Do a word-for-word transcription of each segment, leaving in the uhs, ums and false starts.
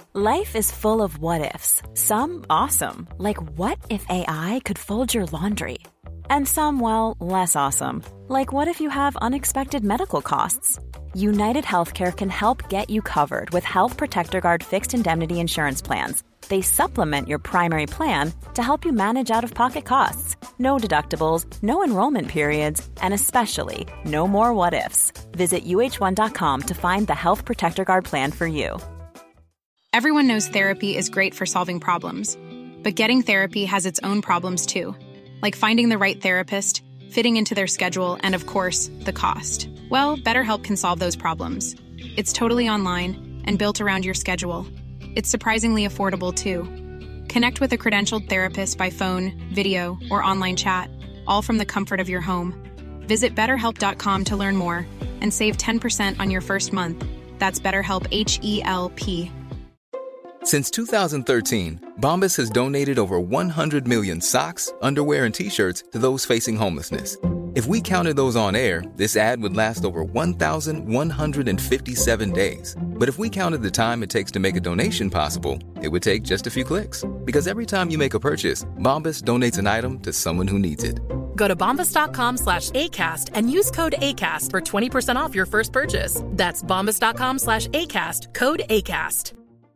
Life is full of what-ifs. Some awesome, like what if A I could fold your laundry? And some, well, less awesome, like what if you have unexpected medical costs? United Healthcare can help get you covered with Health Protector Guard fixed indemnity insurance plans. They supplement your primary plan to help you manage out-of-pocket costs. No deductibles, no enrollment periods, and especially no more what-ifs. Visit U H one dot com to find the Health Protector Guard plan for you. Everyone knows therapy is great for solving problems, but getting therapy has its own problems too, like finding the right therapist, fitting into their schedule, and of course, the cost. Well, BetterHelp can solve those problems. It's totally online and built around your schedule. It's surprisingly affordable too. Connect with a credentialed therapist by phone, video, or online chat, all from the comfort of your home. Visit better help dot com to learn more and save ten percent on your first month. That's BetterHelp, H E L P. Since two thousand thirteen, Bombas has donated over one hundred million socks, underwear, and T-shirts to those facing homelessness. If we counted those on air, this ad would last over one thousand one hundred fifty-seven days. But if we counted the time it takes to make a donation possible, it would take just a few clicks. Because every time you make a purchase, Bombas donates an item to someone who needs it. Go to bombas dot com slash ACAST and use code ACAST for twenty percent off your first purchase. That's bombas dot com slash ACAST, code ACAST.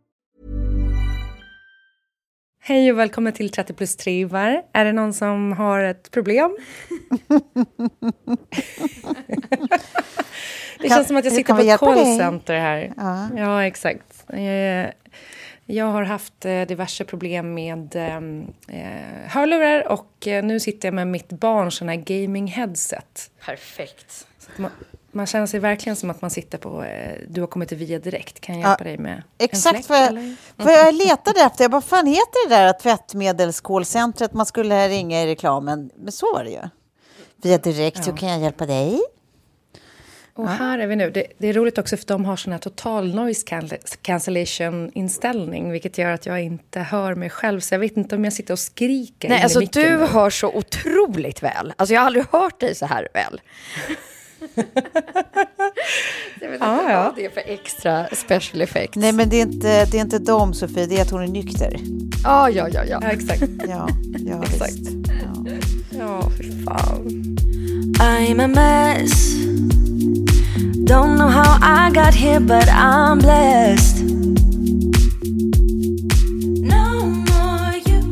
Hej och välkommen till trettio plus trivar. Är det någon som har ett problem? Det känns som att jag sitter på ett callcenter här. Ja, ja exakt. Jag, jag har haft diverse problem med eh, hörlurar och nu sitter jag med mitt barns sån här gaming headset. Perfekt. Så man, man känner sig verkligen som att man sitter på... Eh, du har kommit till Via Direkt. Kan jag hjälpa ja, dig med exakt en fläck? Vad jag, vad jag letade efter. Jag bara, fan heter det där tvättmedelscallcentret? Man skulle ringa i reklamen. Men så var det ju. Via Direkt, ja. Så kan jag hjälpa dig. Och ja. Här är vi nu. Det, det är roligt också för de har sån här total noise cancellation-inställning. Vilket gör att jag inte hör mig själv. Så jag vet inte om jag sitter och skriker. Nej, alltså du nu. Hör så otroligt väl. Alltså jag har aldrig hört dig så här väl. Jag vet inte ah, vad ja. det är för extra special effects. Nej, men det är inte, det är inte dem, Sofie. Det är att hon är nykter. Ah, ja, ja, ja. Ja, exakt. Ja, ja exakt. Ja, ja fy fan. I'm a mess. Don't know how I got here, but I'm blessed. No more you.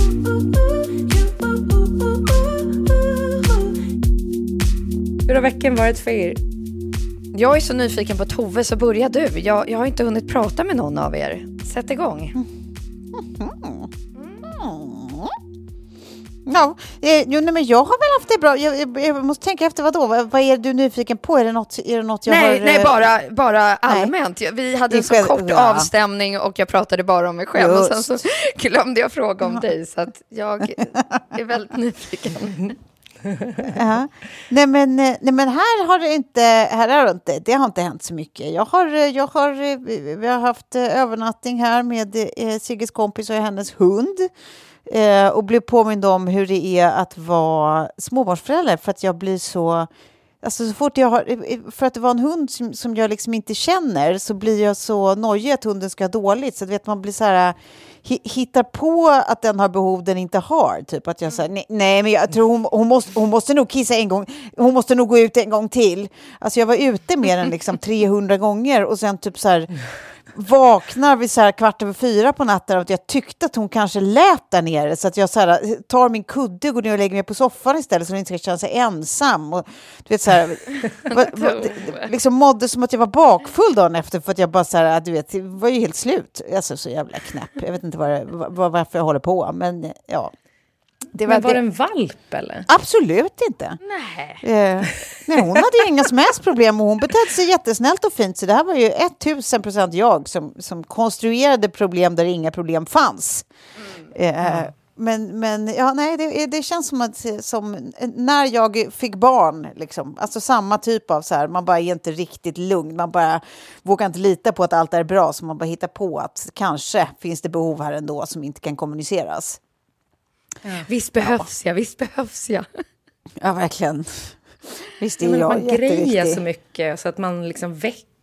Hur har veckan varit för er? Jag är så nyfiken på Tove, så börjar du. Jag, jag har inte hunnit prata med någon av er. Sätt igång. Mm. Ja, eh, jo, nej, men jag har väl haft det bra. Jag, jag, jag måste tänka efter vad då. Vad, vad är du nyfiken på? Är det något, är det något jag nej, har... Nej, bara, bara allmänt. Nej. Vi hade en så själv, kort ja. avstämning och jag pratade bara om mig själv. Just. Och sen så glömde jag fråga om ja. dig. Så att jag är väldigt nyfiken. Ja. Nej, men, nej men här har det inte, här har det inte, det har inte hänt så mycket. Jag har, jag har, vi har haft övernattning här med eh, Sigges kompis och hennes hund. Eh, och blev påmind om hur det är att vara småbarnsförälder, för att jag blir så, alltså så fort jag har, för att det var en hund som, som jag liksom inte känner, så blir jag så nojig att hunden ska ha dåligt, så att vet man blir så här, hittar på att den har behov den inte har, typ att jag säger nej, nej men jag tror hon, hon måste hon måste nog kissa en gång, hon måste nog gå ut en gång till. Alltså jag var ute mer än liksom trehundra gånger och sen typ så här vaknar vi så här kvart över fyra på natten och att jag tyckte att hon kanske lät där nere, så att jag så här tar min kudde och går ner och lägger mig på soffan istället så hon inte ska känna sig ensam, och du vet så här va, va, liksom mådde som att jag var bakfull dagen efter, för att jag bara så här, du vet, det var ju helt slut, alltså så jävla knäpp. Jag vet inte vad det, var, varför jag håller på, men ja. Det var, men var det en valp eller? Absolut inte. Nej. Eh, nej, hon hade ju inga som helst problem och hon betedde sig jättesnällt och fint. Så det här var ju tusen procent jag som, som konstruerade problem där inga problem fanns. Mm. Eh, mm. Men, men ja, nej, det, det känns som att som, när jag fick barn, liksom, alltså samma typ av så här, man bara är inte riktigt lugn. Man bara vågar inte lita på att allt är bra, så man bara hittar på att kanske finns det behov här ändå som inte kan kommuniceras. Ja. Visst behövs ja. jag, visst behövs jag. Ja, verkligen. Visst är ja, jag man grejer så mycket så att man liksom väcker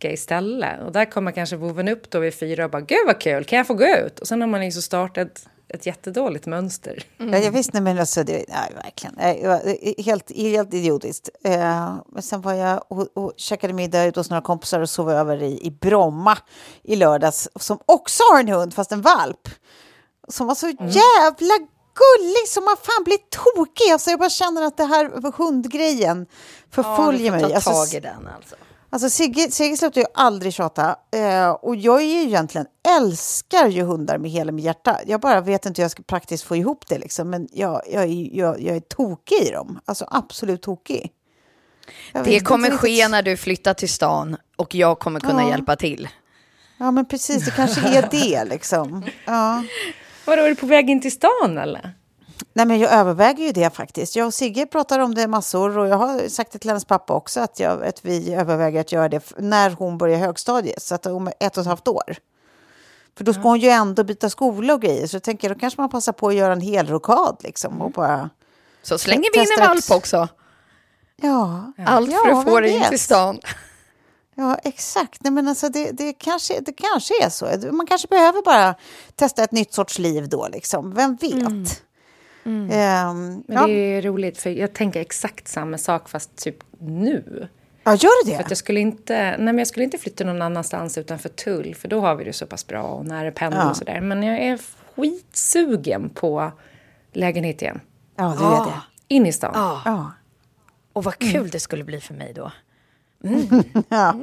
backe istället. Och där kommer kanske voven upp då vid fyra och bara, gud vad kul, kan jag få gå ut? Och sen har man liksom startat ett jättedåligt mönster. Mm. Ja, jag visste, men alltså, det, nej, verkligen. Nej, helt, helt idiotiskt. Eh, men sen var jag och, och käkade middag ute hos några kompisar och sov över i, i Bromma i lördags. Som också har en hund, fast en valp. Som var så mm. jävla gullig som man fan blir tokig. Alltså, jag bara känner att det här hundgrejen förföljer ja, mig. Ja, du får ta tag alltså, i den alltså. Alltså Sigge, Sigge slutar ju aldrig tjata. Eh, och jag är ju egentligen, älskar ju hundar med hela mitt hjärta. Jag bara vet inte hur jag ska praktiskt få ihop det liksom. Men jag, jag, jag, jag är tokig i dem. Alltså absolut tokig. Jag det kommer riktigt... ske när du flyttar till stan. Och jag kommer kunna ja. hjälpa till. Ja men precis, det kanske är det liksom. Ja. Vadå, är du på väg in till stan eller? Nej, men jag överväger ju det faktiskt. Jag och Sigge pratar om det massor och jag har sagt det till hennes pappa också att, jag, att vi överväger att göra det när hon börjar högstadiet, så att om ett och ett halvt år. För då ska hon ju ändå byta skola och grejer, så jag tänker då kanske man passar på att göra en hel rokad liksom och bara... Så slänger vi in en valp också. Ja. Allt för att få det in till stan. Ja, exakt. Nej, men alltså det, det, kanske, det kanske är så. Man kanske behöver bara testa ett nytt sorts liv då liksom. Vem vet? Mm. Mm. Um, men det är ja. roligt för jag tänker exakt samma sak fast typ nu. Ja, gör det? För att jag skulle inte, nej men jag skulle inte flytta någon annanstans utanför Tull för då har vi det så pass bra och nära pendel ja. och sådär. Men jag är skitsugen på lägenhet igen. Ja, du är det. In i stan. Ja. Ja. Och vad kul mm. det skulle bli för mig då. Mm. ja.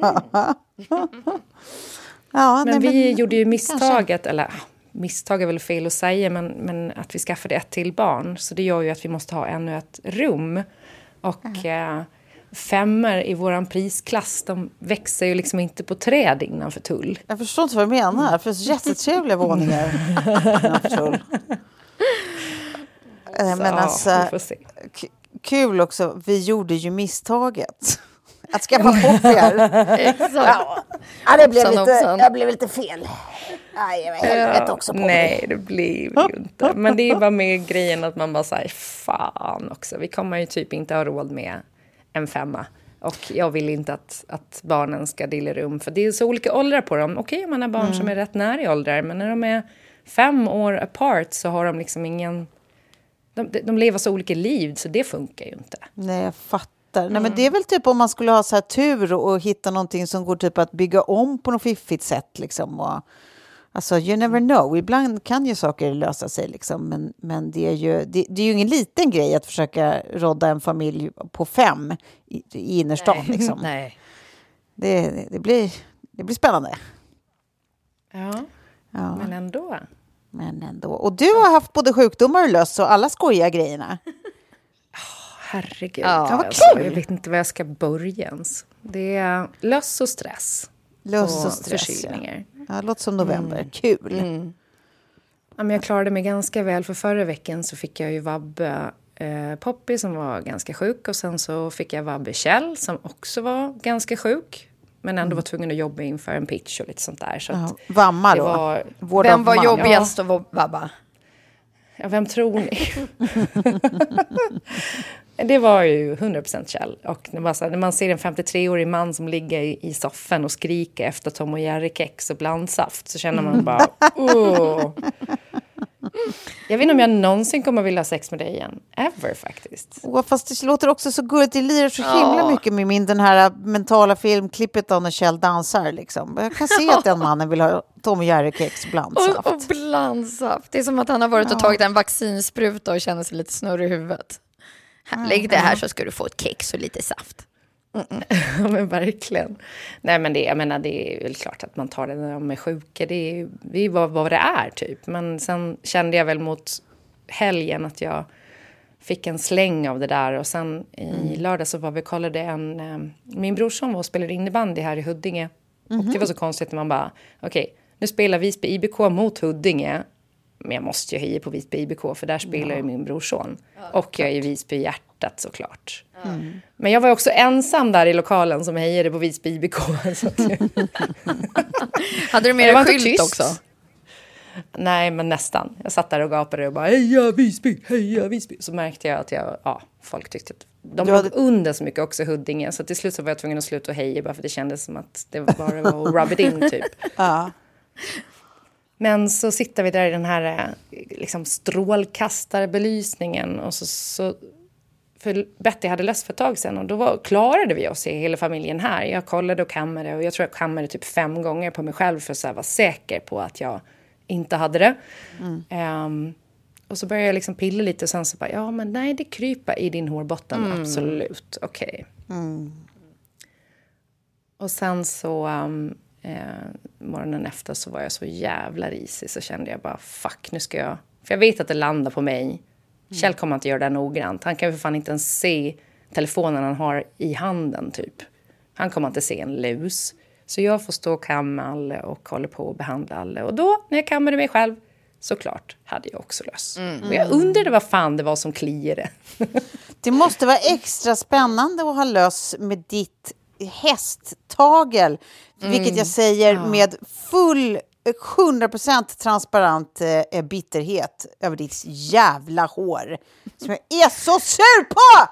ja, men nej, vi men, gjorde ju misstaget, kanske. eller misstag är väl fel att säga, men, men att vi skaffade ett till barn. Så det gör ju att vi måste ha ännu ett rum. Och mm. eh, femmer i våran prisklass, de växer ju liksom inte på träd innanför Tull. Jag förstår inte vad du menar. Det finns jättetrevliga våningar innanför Tull. Så, men alltså, vi får se. K- kul också, vi gjorde ju misstaget. Att skaffa poppigar. Exakt. Ja, ja det, blev lite, det blev lite fel. Aj, jag helvete också på Nej, det blev ju inte. Men det är bara med grejen att man bara säger fan också. Vi kommer ju typ inte ha råd med en femma. Och jag vill inte att, att barnen ska dela rum. För det är så olika åldrar på dem. Okej, man har barn mm. som är rätt nära i åldrar. Men när de är fem år apart så har de liksom ingen... De, de lever så olika liv så det funkar ju inte. Nej, jag fattar. Nej, mm. men det är väl typ om man skulle ha så här tur och hitta någonting som går typ att bygga om på något fiffigt sätt liksom. Och, alltså, you never know. Ibland kan ju saker lösa sig liksom. Men, men det, är ju, det, det är ju ingen liten grej att försöka rodda en familj på fem i, i innerstan. Nej. Liksom. Nej. Det, det, blir, det blir spännande. Ja, ja, men ändå. Men ändå. Och du har haft både sjukdomar och löss och alla skojiga grejerna. Herregud, ja, vad alltså, kul. Jag vet inte var jag ska börja ens. Det är löss och stress. Löss och, och stress, förkylningar. Ja. Ja, låt som november. Mm. Kul. Mm. Ja, men jag klarade mig ganska väl, för förra veckan så fick jag ju vabbe eh, Poppy som var ganska sjuk. Och sen så fick jag vabbe Kjell som också var ganska sjuk. Men ändå mm. var tvungen att jobba inför en pitch och lite sånt där. Så att vamma då? Var, vem var man. jobbigast ja. att vabba? Ja, vem tror ni? Det var ju hundra procent Kjell. Och det var så här, när man ser en femtiotre-årig man som ligger i, i soffan och skriker efter Tom och Jerry-kex och blandsaft så känner man bara, åh. Jag vet inte om jag någonsin kommer vilja ha sex med dig igen. Ever faktiskt. Oh, fast det låter också så gulligt. Det lirar så himla oh. mycket med min den här mentala filmklippet när Kjell dansar. Liksom. Jag kan se att den mannen vill ha Tom och Jerry-kex och blandsaft. Och, och blandsaft. Det är som att han har varit och tagit en vaccinspruta och känner sig lite snurrig i huvudet. Mm. Lägg det här så ska du få ett kex och lite saft. Ja, men verkligen. Nej, men det, jag menar, det är väl klart att man tar det när de är sjuka. Det är, det är vad, vad det är, typ. Men sen kände jag väl mot helgen att jag fick en släng av det där. Och sen mm. i lördag så var vi och kollade en... Eh, min brorson var och spelade innebandy här i Huddinge. Mm-hmm. Och det var så konstigt när man bara... Okej, okay, nu spelar Visby I B K mot Huddinge. Men jag måste ju heja på Visby I B K för där spelar ju min brorson. Ja, och klart. Jag är Visby i hjärtat såklart. Mm. Men jag var också ensam där i lokalen som hejade på Visby I B K. Hade du med dig skylt också? Nej, men nästan. Jag satt där och gapade och bara heja Visby, heja Visby. Så märkte jag att jag, ja, folk tyckte att de låg hade... under så mycket också, Huddinge. Så till slut så var jag tvungen att sluta och heja bara för det kändes som att det bara var att rub it in typ. Ja. Men så sitter vi där i den här liksom, strålkastarbelysningen. Och så, så, för Betty hade löst för ett tag sedan. Och då var, klarade vi oss i hela familjen här. Jag kollade och kammade. Och jag tror jag kammade typ fem gånger på mig själv. För att så här, vara säker på att jag inte hade det. Mm. Um, och så började jag liksom pilla lite. Och sen så bara, ja men nej det kryper i din hårbotten. Mm. Absolut, okej. Okay. Mm. Och sen så... Um, Eh, morgonen efter så var jag så jävla risig. Så kände jag bara, fuck, nu ska jag... För jag vet att det landar på mig. Mm. Kjell kommer inte göra det noggrant. Han kan ju för fan inte ens se telefonen han har i handen typ. Han kommer inte se en lus. Så jag får stå och kamma alla och hålla på och behandla alla. Och då, när jag kammade mig själv, såklart hade jag också löss. Mm. Och jag undrade vad fan det var som kliade. Det måste vara extra spännande att ha löss med ditt hästtagel. Mm. Vilket jag säger ja. med full hundra procent transparent eh, bitterhet över ditt jävla hår. Som jag är så sur på!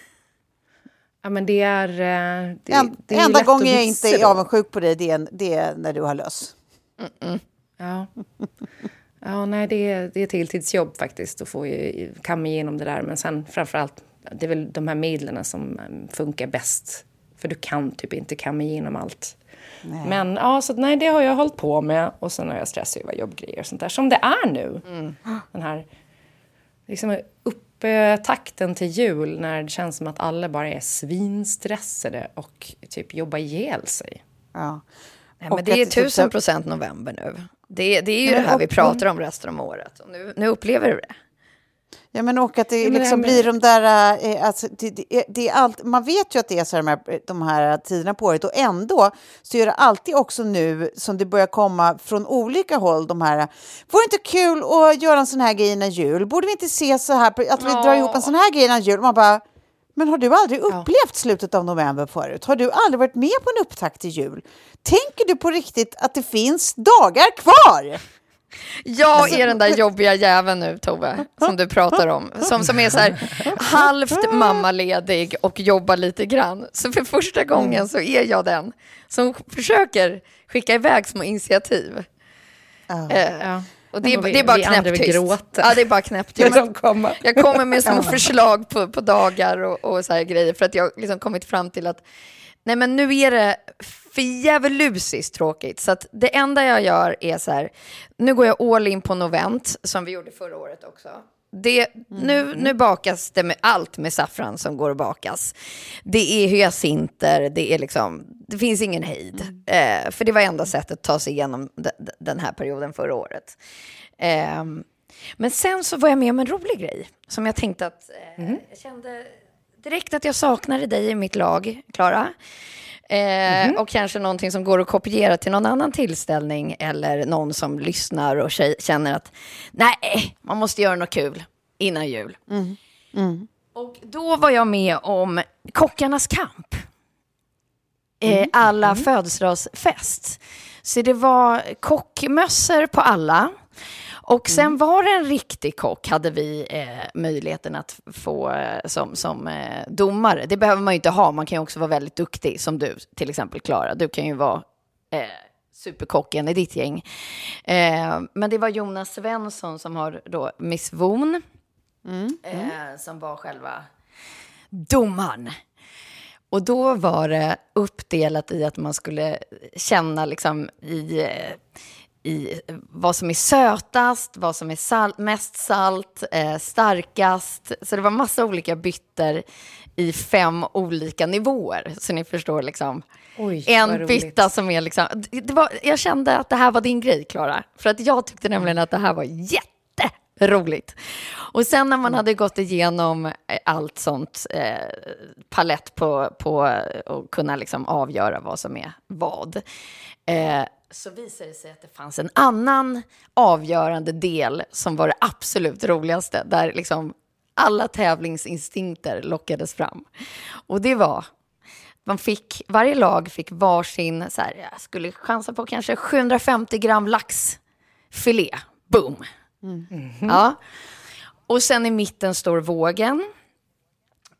Ja, men det är... Det, en, det är enda gången jag inte är avundsjuk på dig, det är, det är när du har löss. Mm-mm. Ja. Ja, nej, det är, det är ett heltidsjobb faktiskt. Att få kamma igenom det där. Men sen framförallt, det är väl de här medlen som funkar bäst. För du kan typ inte kamma igenom allt. Nej. Men ja, så nej, det har jag hållit på med. Och sen har jag stress över jobbgrejer och sånt där. Som det är nu. Mm. Den här liksom upptakten till jul. När det känns som att alla bara är svinstressade. Och typ jobbar ihjäl sig. Ja. Nej, men det är tusen procent november nu. Det, det är ju men, det här vi pratar om resten av året. Och nu, nu upplever du det. Ja, men och att det ja, liksom det blir de där... Eh, alltså, det, det, det är allt, man vet ju att det är så här, de, här, de här tiderna på året. Och ändå så är det alltid också nu som det börjar komma från olika håll. De här, vore det inte kul att göra en sån här grej innan jul? Borde vi inte se så här, att vi oh. drar ihop en sån här grej innan jul? Man bara... Men har du aldrig upplevt ja. slutet av november förut? Har du aldrig varit med på en upptakt till jul? Tänker du på riktigt att det finns dagar kvar? Jag alltså, är den där jobbiga jäveln nu, Tove, som du pratar om. Som, som är så här halvt mammaledig och jobbar lite grann. Så för första gången så är jag den som försöker skicka iväg små initiativ. Ja. Eh, ja. Och det, är, vi, det är bara knäpptyst. Ja, det är bara knäpptyst. Jag kommer. jag kommer med små förslag på, på dagar och, och så här grejer. För att jag liksom kommit fram till att nej, men nu är det för djävulusiskt tråkigt. Så att det enda jag gör är så här, nu går jag all in på novent, som vi gjorde förra året också. Det, mm. nu, nu bakas det med allt med saffran som går att bakas. Det är hyacinter, det är liksom, det finns ingen hejd. Mm. Eh, för det var enda sättet att ta sig igenom d- d- den här perioden förra året. Eh, men sen så var jag med om en rolig grej som jag tänkte att eh, mm. jag kände direkt att jag saknade dig i mitt lag, Klara. Eh, mm-hmm. Och kanske någonting som går att kopiera till någon annan tillställning. Eller någon som lyssnar och känner att nej, man måste göra något kul innan jul. Mm. Mm. Och då var jag med om Kockarnas kamp. Eh, mm. Alla mm. födelsedagsfest. Så det var kockmössor på alla. Och sen mm. var det en riktig kock, hade vi eh, möjligheten att få eh, som, som eh, domare. Det behöver man ju inte ha, man kan ju också vara väldigt duktig, som du till exempel, Klara. Du kan ju vara eh, superkocken i ditt gäng. Eh, men det var Jonas Svensson som har då Miss Von, mm. Mm. Eh, som var själva domaren. Och då var det uppdelat i att man skulle känna liksom i... Eh, i vad som är sötast, vad som är salt, mest salt, eh, starkast. Så det var massa olika bytter i fem olika nivåer. Så ni förstår liksom. Oj, en bytta som är liksom... Det var, jag kände att det här var din grej, Klara. För att jag tyckte nämligen att det här var jätteroligt. Och sen när man hade gått igenom allt sånt eh, palett på, på att kunna liksom avgöra vad som är vad. Eh, så visade det sig att det fanns en annan avgörande del som var det absolut roligaste. Där liksom alla tävlingsinstinkter lockades fram. Och det var, man fick, varje lag fick varsin, så här, jag skulle chansa på kanske sjuhundrafemtio gram laxfilé. Boom! Mm. Mm-hmm. Ja. Och sen i mitten står vågen.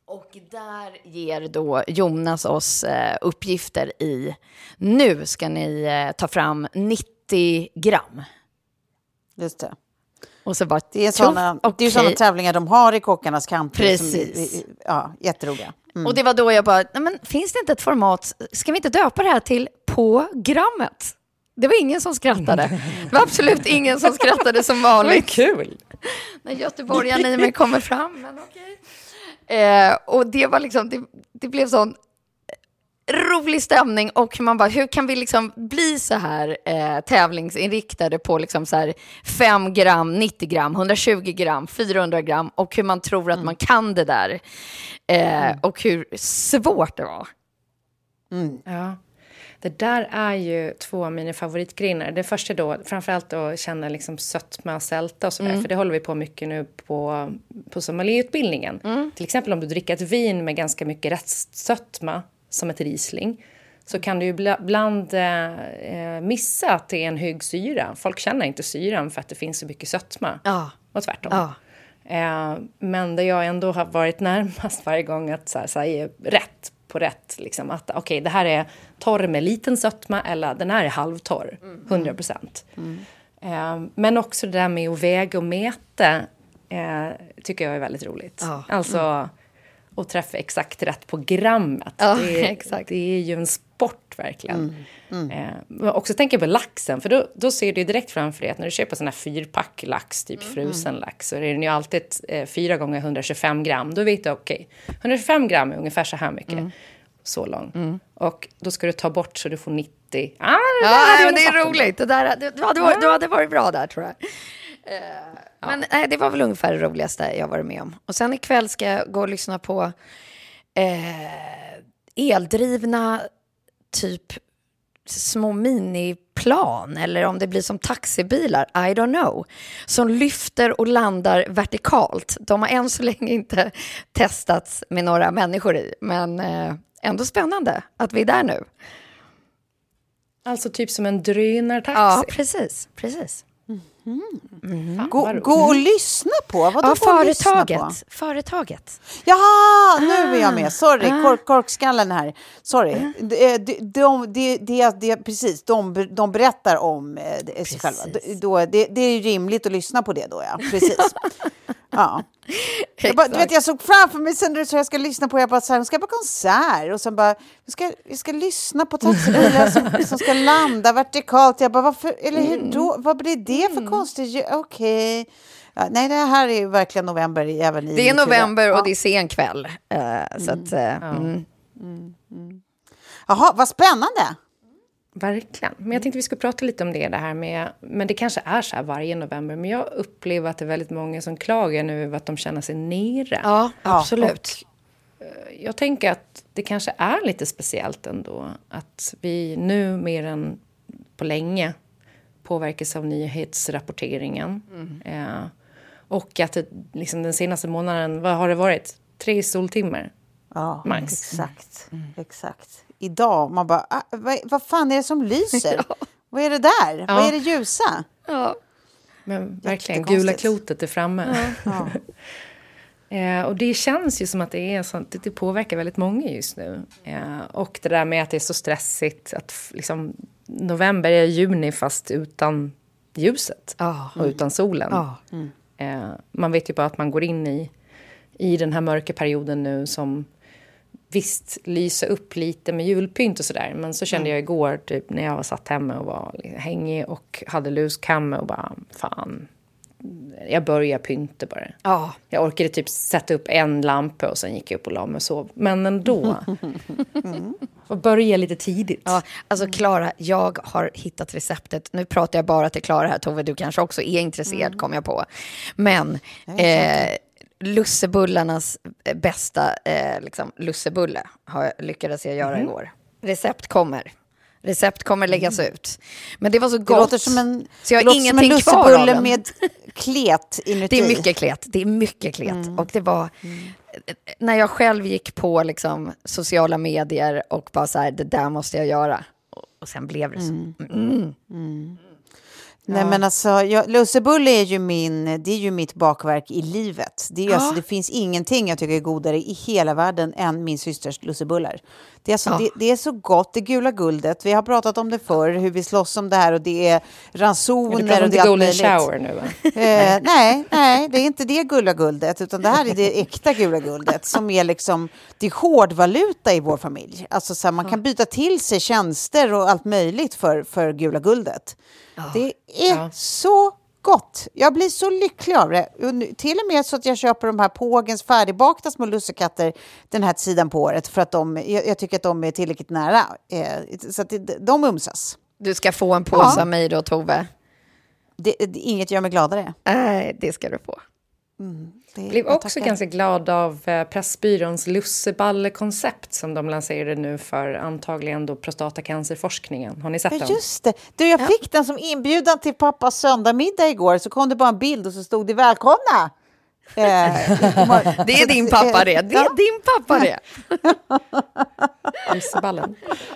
Och där ger då Jonas oss eh, uppgifter i, nu ska ni eh, ta fram nittio gram. Just det. Och så bara, det är sådana, okay. Det är sådana tävlingar de har i Kockarnas kamp. Precis. Som, ja, jätteroliga. Mm. Och det var då jag bara, nej men finns det inte ett format, ska vi inte döpa det här till På grammet? Det var ingen som skrattade. Det var absolut ingen som skrattade som vanligt. Det var kul. När göteborgaren i mig kommer fram, men okej. Eh, och det var liksom, det, det blev sån rolig stämning och man bara, hur kan vi liksom bli så här eh, tävlingsinriktade på liksom så här fem gram, nittio gram, hundratjugo gram, fyrahundra gram och hur man tror att mm. man kan det där eh, mm. och hur svårt det var. Mm. Ja. Det där är ju två av mina favoritgrejer. Det första då, framförallt att känna liksom sötma och sälta och sådär. Mm. För det håller vi på mycket nu på, på sommelierutbildningen. Mm. Till exempel om du dricker ett vin med ganska mycket restsötma som ett Riesling. Så kan du ju ibland eh, missa att det är en hög syra. Folk känner inte syran för att det finns så mycket sötma. Ja. Och tvärtom. Ja. Eh, men där jag ändå har varit närmast varje gång att så här, säga rätt på rätt. Liksom, att okej, okay, det här är torr med liten sötma eller den här är halvtorr. hundra procent. Mm. Eh, men också det där med att väga och mäta eh, tycker jag är väldigt roligt. Ja. Alltså mm. att träffa exakt rätt på grammet. Ja, det, är, exakt. det är ju en sport verkligen. Mm. Mm. Eh, också tänka på laxen. För då, då ser du direkt framför dig att när du köper sån här fyrpack lax, typ mm. frusen lax, så är den ju alltid eh, fyra gånger hundratjugofem gram. Då vet du, okej, okay, hundratjugofem gram är ungefär så här mycket. Mm. Så lång. Mm. Och då ska du ta bort så du får nittio. Ah, det ja, men det är roligt. Det där, du, du, hade, du hade varit bra där, tror jag. Uh, ja. Men nej, det var väl ungefär det roligaste jag varit med om. Och sen ikväll ska jag gå och lyssna på eh, eldrivna typ små miniplan, eller om det blir som taxibilar, I don't know, som lyfter och landar vertikalt. De har än så länge inte testats med några människor i, men eh, ändå spännande att vi är där nu. Alltså typ som en drönartaxi. Ja, precis, precis. Mm. Mm. Gå, gå och lyssna på? Vadå ja, gå företaget. På? Företaget. Jaha, nu är jag med. Sorry, ah. kork, korkskallen här. Sorry. Ah. De, de, de, de, de, precis, de, de berättar om eh, sig själva. Då, det, det är ju rimligt att lyssna på det då, ja. Precis. Ja. Jag, bara, du vet, jag såg framför mig sen så jag ska lyssna på, jag bara så här, jag ska på konsert och sen bara, jag ska, jag ska lyssna på taxibilar som, som ska landa vertikalt. Jag bara, varför, eller hur då? Vad blir det för konstigt? Okej. Okay. Ja, nej, det här är verkligen november även i. Det är november och ja. Det är sen kväll. Uh, så att, uh, ja. mm. Mm, mm. Jaha, vad spännande. Verkligen. Men jag tänkte vi skulle prata lite om det, det här med, men det kanske är så här varje november, men jag upplever att det är väldigt många som klagar nu över att de känner sig nere. Ja, absolut. Och jag tänker att det kanske är lite speciellt ändå att vi nu mer än på länge påverkas av nyhetsrapporteringen. Mm. Eh, och att det, liksom den senaste månaden, vad har det varit? Tre soltimmar? Ja, max. Exakt. Mm. Exakt. Idag, man bara, ah, vad, vad fan är det som lyser? Ja. Vad är det där? Ja. Vad är det ljusa? Ja. Men verkligen, gula klotet är framme. Ja. Ja. eh, och det känns ju som att det är sånt, det påverkar väldigt många just nu. Eh, och det där med att det är så stressigt, att liksom, november är juni fast utan ljuset. Ja. Och utan solen. Ja. Mm. Eh, man vet ju bara att man går in i, i den här mörka perioden nu som visst lysa upp lite med julpynt och sådär. Men så kände mm. jag igår typ när jag var satt hemma och var hängig och hade luskamme och bara, fan, jag började pynta bara. Ja. Jag orkade typ sätta upp en lampa och sen gick jag upp och la mig och sov. Men ändå. mm. Och börja lite tidigt. Ja, alltså Klara, jag har hittat receptet. Nu pratar jag bara till Klara här, Tove. Du kanske också är intresserad, mm. kom jag på. Men eh, lussebullarnas bästa eh, liksom, lussebulle har jag, lyckades jag göra mm. igår. Recept kommer. Recept kommer läggas mm. ut. Men det var så gott. Det låter som en, så jag det låter som en lussebulle med klet inuti. Det är mycket klet. Det är mycket klet. Mm. Och det var mm. när jag själv gick på liksom, sociala medier och bara så här, det där måste jag göra. Och, och sen blev det så. Mm. Mm. Mm. Nej, men alltså, jag, lussebulle är ju, min, det är ju mitt bakverk i livet. Det, är, ja. alltså, det finns ingenting jag tycker är godare i hela världen än min systers lussebullar. Det är, alltså, ja. det, det är så gott, det gula guldet. Vi har pratat om det förr, hur vi slåss om det här. Och det är ransoner. Men du pratar och det är golden shower nu, va? eh, nej, nej, det är inte det gula guldet. Utan det här är det äkta gula guldet. Som är liksom, det är hårdvaluta i vår familj. Alltså, så här, man kan byta till sig tjänster och allt möjligt för, för gula guldet. Oh. Det är ja. så gott. Jag blir så lycklig av det. Till och med så att jag köper de här Pågens färdigbakta små lussekatter den här tiden på året. För att de, jag, jag tycker att de är tillräckligt nära. Eh, så att det, de umsas. Du ska få en påse ja. av mig då, Tove. Det, det, inget gör mig gladare. Nej, det ska du få. Mm, jag blev också tackar. ganska glad av Pressbyråns lusseballekoncept som de lanserade nu för antagligen då prostatacancerforskningen. Har ni sett ja, den? Just det. Du, jag fick ja. den som inbjudan till pappas söndagmiddag igår. Så kom det bara en bild och så stod det välkomna. Eh, det är din pappa det. Det är ja. din pappa det. Lusseballen.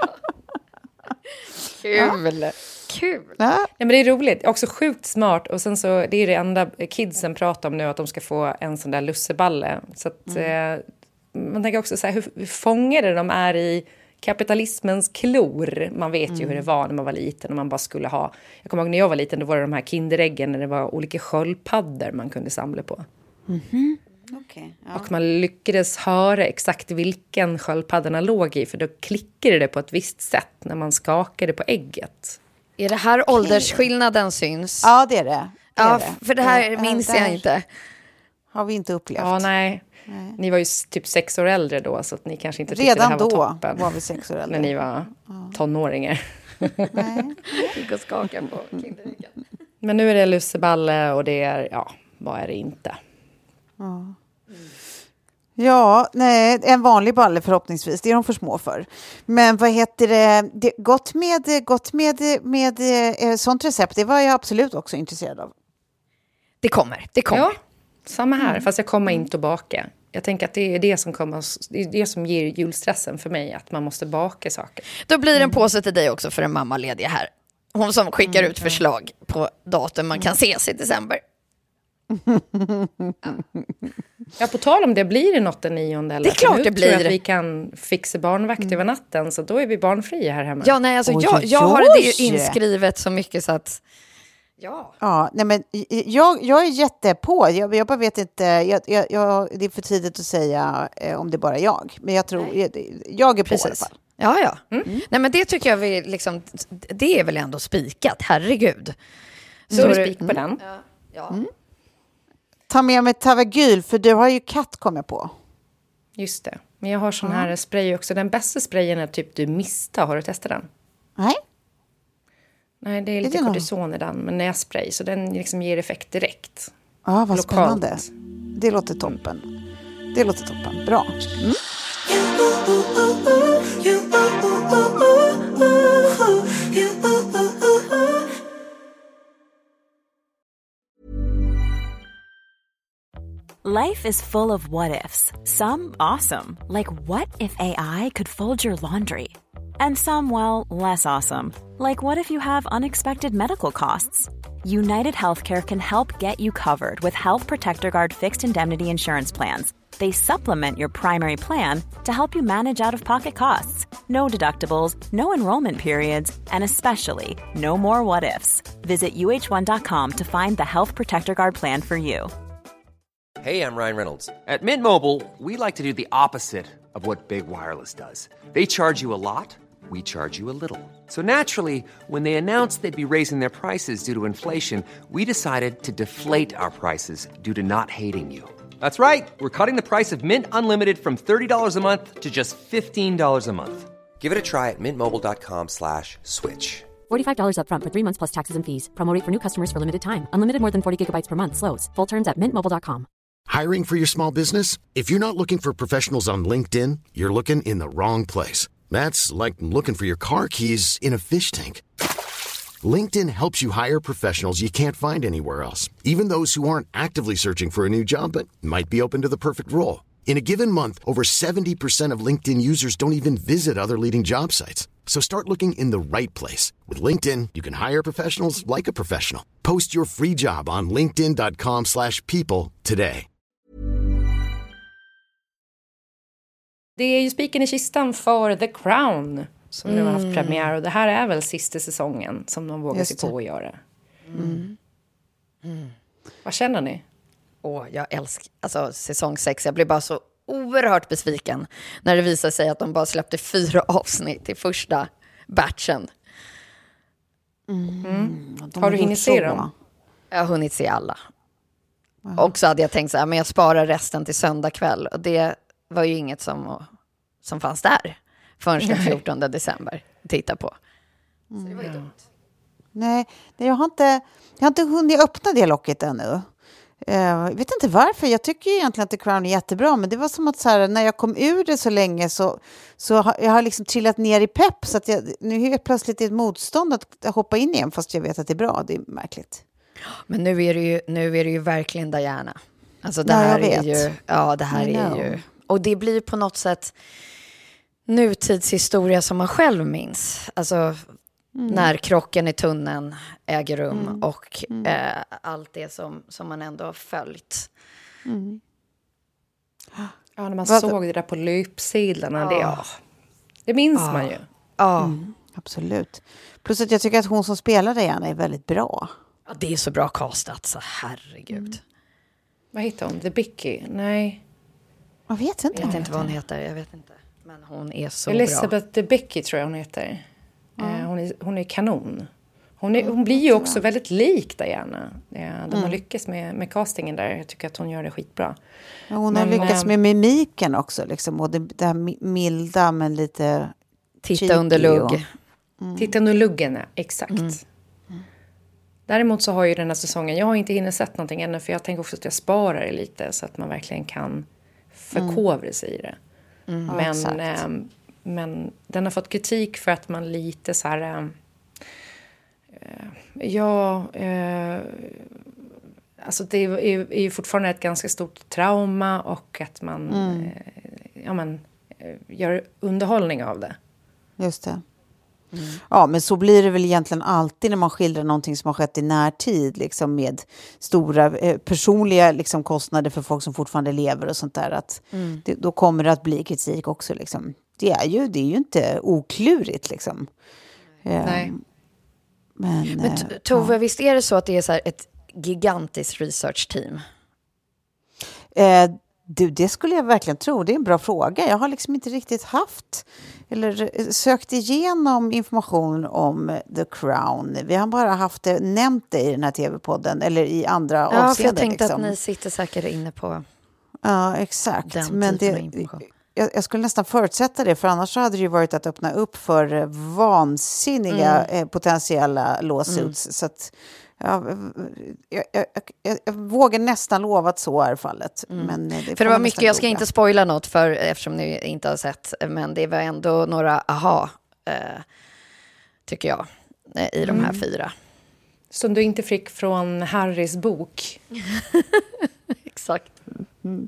Kul. Ja. Kul. Ja. Nej, men det är roligt. Också sjukt smart. Och sen så, det är det enda kidsen pratar om nu, att de ska få en sån där lusseballe. Så att, mm. eh, man tänker också så här, hur, hur fångade de är i kapitalismens klor. Man vet ju mm. hur det var när man var liten och man bara skulle ha... Jag kommer ihåg när jag var liten, då var det de här kinderäggen när det var olika sköldpaddor man kunde samla på. Mm-hmm. Okay, ja. Och man lyckades höra exakt vilken sköldpaddorna låg i, för då klickade det på ett visst sätt när man skakade på ägget. Är det här okay. åldersskillnaden syns? Ja, det är det. det ja, är det. För det här ja, minns jag inte. Har vi inte upplevt. Ja, nej. nej. Ni var ju typ sex år äldre då, så att ni kanske inte tyckte det här var då toppen. Redan då var vi sex år äldre. När ni var ja. tonåringar. Nej, gick och skaka på kinderäggen. Men nu är det lusseballe och det är, ja, vad är det inte? Ja. Mm. Ja, nej, en vanlig balle förhoppningsvis. Det är de för små för. Men vad heter det? det gott med, gott med, med, med sånt recept, det var jag absolut också intresserad av. Det kommer, det kommer. Ja, samma här, mm. fast jag kommer inte att baka. Jag tänker att det är det som kommer, det är det som ger julstressen för mig, att man måste baka saker. Då blir det en påse till dig också för en mammalediga här. Hon som skickar mm, ut förslag ja. på datum man kan ses i december. ja. ja, på tal om det, blir det något den nionde? Eller? Det är klart nu det blir. Tror jag att vi kan fixa barnvakt mm. över natten, så då är vi barnfria här hemma. Ja, nej, alltså oj, jag, jag har det ju inskrivet så mycket så att... Ja, ja nej, men jag, jag är jättepå. Jag, jag bara vet inte, jag, jag, jag, det är för tidigt att säga eh, om det är bara jag. Men jag tror, jag, jag är på Precis. i alla fall. Ja, ja. Mm. Nej, men det tycker jag vi liksom, det är väl ändå spikat, herregud. Så, så är det spik på mm. den. Ja, ja. Mm. Ta med mig Tavagyl, för du har ju katt, kom jag på. Just det. Men jag har sån mm. här spray också. Den bästa sprayen är typ du mista. Har du testat den? Nej. Nej, det är lite är det kortison i den. Men nässpray. Så den liksom ger effekt direkt. Ja, ah, vad lokalt. Spännande. Det låter toppen. Det låter toppen. Bra. Mm. Life is full of what-ifs. Some awesome, like what if A I could fold your laundry? And some, well, less awesome, like what if you have unexpected medical costs? United Healthcare can help get you covered with Health Protector Guard fixed indemnity insurance plans. They supplement your primary plan to help you manage out-of-pocket costs. No deductibles, no enrollment periods, and especially no more what-ifs. Visit U H one dot com to find the Health Protector Guard plan for you. Hey, I'm Ryan Reynolds. At Mint Mobile, we like to do the opposite of what Big Wireless does. They charge you a lot, we charge you a little. So naturally, when they announced they'd be raising their prices due to inflation, we decided to deflate our prices due to not hating you. That's right. We're cutting the price of Mint Unlimited from thirty dollars a month to just fifteen dollars a month. Give it a try at mintmobile.com slash switch. forty-five dollars up front for three months plus taxes and fees. Promo rate for new customers for limited time. Unlimited more than forty gigabytes per month. Slows full terms at mint mobile dot com. Hiring for your small business? If you're not looking for professionals on LinkedIn, you're looking in the wrong place. That's like looking for your car keys in a fish tank. LinkedIn helps you hire professionals you can't find anywhere else, even those who aren't actively searching for a new job but might be open to the perfect role. In a given month, over seventy percent of LinkedIn users don't even visit other leading job sites. So start looking in the right place. With LinkedIn, you can hire professionals like a professional. Post your free job on linkedin dot com slash people today. Det är ju spiken i kistan för The Crown som mm. nu har haft premiär. Och det här är väl sista säsongen som de vågar sig på att göra. Mm. Mm. Vad känner ni? Åh, jag älskar alltså, säsong sex. Jag blev bara så oerhört besviken när det visade sig att de bara släppte fyra avsnitt i första batchen. Mm. Mm. Har du hunnit se dem? Jag har hunnit se alla. Mm. Och så hade jag tänkt så här, men jag sparar resten till söndag kväll. Och det var ju inget som, som fanns där förrän den fjortonde december. Titta på. Så det var ju dumt. Nej, jag har inte, jag har inte hunnit öppna det locket ännu. Jag uh, vet inte varför. Jag tycker egentligen att The Crown är jättebra. Men det var som att så här, när jag kom ur det så länge så, så har jag har liksom trillat ner i pepp. Så att jag, nu är jag plötsligt i ett motstånd att hoppa in igen fast jag vet att det är bra. Det är märkligt. Men nu är det ju, nu är det ju verkligen Diana. Alltså det ja, här jag är vet. ju... Ja, det här är ju... Och det blir på något sätt nutidshistoria som man själv minns. Alltså... Mm. När krocken i tunneln äger rum mm. och mm. Eh, allt det som, som man ändå har följt. Mm. Ja, när man Vad? såg det där på löpsedlarna. Ja. Det, ja. det minns ja. man ju. Ja, mm. absolut. Plus att jag tycker att hon som spelar Diana är väldigt bra. Ja, det är så bra castat, så herregud. Mm. Vad heter hon? The Bicky? Nej. Jag vet inte. Jag vet inte vad hon heter, jag vet inte. Men hon är så Elizabeth bra. Elizabeth The Bicky tror jag hon heter. Mm. Hon, är, hon är kanon. Hon, är, hon blir ju också väldigt lik Diana. De mm. har lyckats med, med castingen där. Jag tycker att hon gör det skitbra. Ja, hon men, har lyckats med mimiken också. Liksom. Och det, det här milda men lite... Titta under lugg. Och, mm. Titta under luggen, exakt. Mm. Mm. Däremot så har ju den här säsongen... Jag har inte hinner sett någonting ännu. För jag tänker också att jag sparar det lite. Så att man verkligen kan förkovra sig i det. Mm. Men... Ja, ähm, Men den har fått kritik för att man lite så här... Äh, ja... Äh, alltså det är, är ju fortfarande ett ganska stort trauma. Och att man mm. äh, ja, men, äh, gör underhållning av det. Just det. Mm. Ja, men så blir det väl egentligen alltid när man skildrar någonting som har skett i närtid. Liksom med stora eh, personliga liksom, kostnader för folk som fortfarande lever och sånt där. Att mm. det, då kommer det att bli kritik också liksom. Det är ju, det är ju inte oklurigt liksom. Nej. Um, men men t- Tove, ja. Visst är det så att det är så här ett gigantiskt research-team? Eh, du, det skulle jag verkligen tro. Det är en bra fråga. Jag har liksom inte riktigt haft eller sökt igenom information om The Crown. Vi har bara haft det, nämnt det i den här tv-podden eller i andra ja, avseenden. Ja, för jag tänkte liksom. att ni sitter säkert inne på ja, exakt. den men det, jag, jag skulle nästan förutsätta det, för annars hade det ju varit att öppna upp för vansinniga mm. eh, potentiella lawsuits. Mm. Så att ja, jag, jag, jag, jag vågar nästan lova att så är fallet. Mm. Men det för det var mycket, jag ska inte spoila något för, eftersom ni inte har sett, men det var ändå några aha, eh, tycker jag, i de här mm. fyra. Som du inte fick från Harrys bok. Exakt. Mm.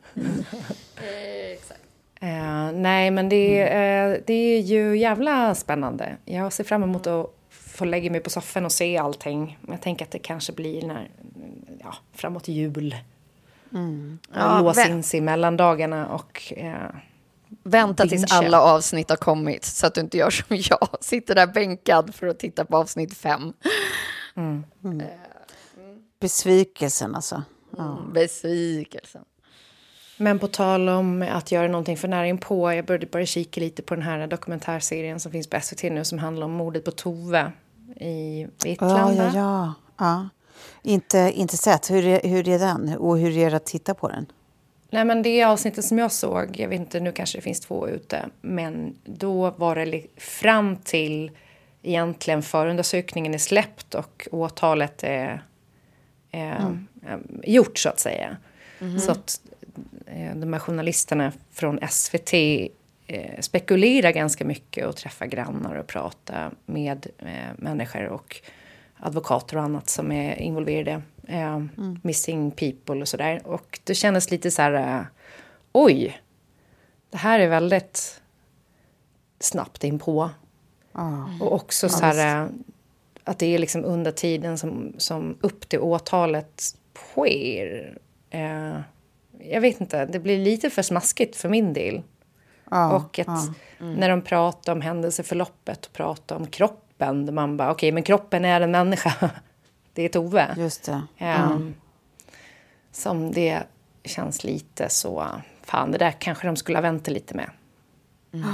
Exakt. Uh, nej, men det, uh, det är ju jävla spännande. Jag ser fram emot att få lägga mig på soffan och se allting. Jag tänker att det kanske blir när, ja, framåt jul. Mm. Ja, lås in sig mellan dagarna och... Uh, Vänta tills alla avsnitt har kommit så att du inte gör som jag. Sitter där bänkad för att titta på avsnitt fem. Mm. Mm. Uh, Besvikelsen alltså. Ja. Mm, besvikelsen. Men på tal om att göra någonting för näring på, jag började bara kika lite på den här dokumentärserien som finns på S V T nu som handlar om mordet på Tove i Vetlanda. Ja, ja, ja. ja. Inte, inte sett. Hur är, hur är den? Och hur är det att titta på den? Nej, men det avsnittet som jag såg, jag vet inte, nu kanske det finns två ute, men då var det fram till egentligen förundersökningen är släppt och åtalet är, är mm. gjort så att säga. Mm. Så att de här journalisterna från S V T eh, spekulerar ganska mycket och träffar grannar och pratar med eh, människor och advokater och annat som är involverade. Eh, mm. Missing people och sådär. Och det kändes lite så här, eh, oj, det här är väldigt snabbt inpå. Mm. Och också så här, att det är liksom under tiden som, som upp till åtalet sker. Eh, jag vet inte, det blir lite för smaskigt för min del. Ja, och att ja. mm. när de pratar om händelseförloppet och pratar om kroppen, där man bara, okej, okay, men kroppen är en människa. Det är Tove. Just det. Mm. Um, som det känns lite så, fan, det där kanske de skulle ha väntat lite med. Mm.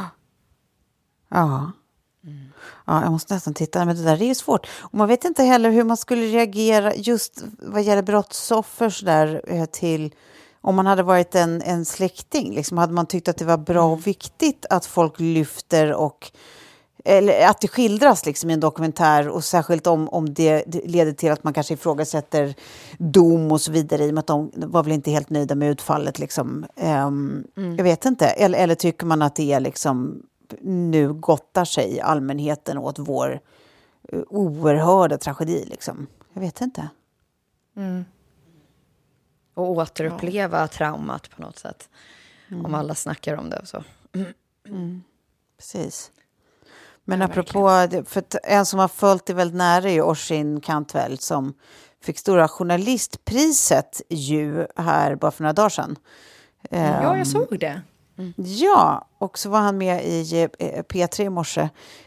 Ja. Mm. Ja, jag måste nästan titta, men det där är ju svårt. Och man vet inte heller hur man skulle reagera just vad gäller brottsoffer så där, till, om man hade varit en, en släkting. Liksom, hade man tyckt att det var bra och viktigt att folk lyfter och eller att det skildras liksom i en dokumentär, och särskilt om, om det leder till att man kanske ifrågasätter dom och så vidare, i och med att de var väl inte helt nöjda med utfallet liksom. Um, mm. Jag vet inte. Eller, eller tycker man att det är liksom nu gottar sig allmänheten åt vår uh, oerhörda tragedi liksom. Jag vet inte. Mm. Och återuppleva ja. traumat på något sätt. Mm. Om alla snackar om det och så. Mm. Mm. Precis. Men ja, apropå, för en som har följt det väldigt nära är ju Oisin Cantwell, som fick stora journalistpriset ju här bara för några dagar sedan. Ja, jag såg det. Mm. Ja, och så var han med i P tre i morse.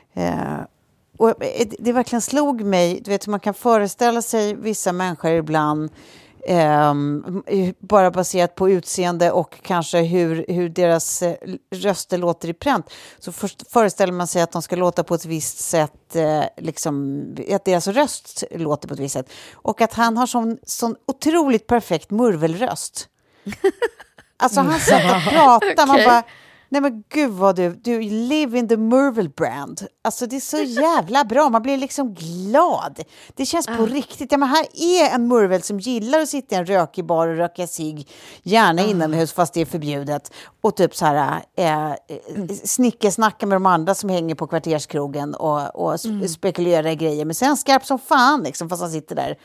Och det verkligen slog mig, du vet hur man kan föreställa sig vissa människor ibland, Um, bara baserat på utseende och kanske hur, hur deras eh, röster låter i pränt, så först föreställer man sig att de ska låta på ett visst sätt, eh, liksom, att deras röst låter på ett visst sätt, och att han har sån, sån otroligt perfekt murvelröst. Alltså han sätt att prata, okay. Man bara, nej men gud vad du, du live in the Murvel brand. Alltså det är så jävla bra, man blir liksom glad. Det känns på uh. riktigt. Ja, men här är en Murvel som gillar att sitta i en rökig bar och röka sig, gärna uh. inomhus fast det är förbjudet. Och typ så här eh, snickesnacka med de andra som hänger på kvarterskrogen och, och mm. spekulerar i grejer. Men sen skarp som fan liksom, fast han sitter där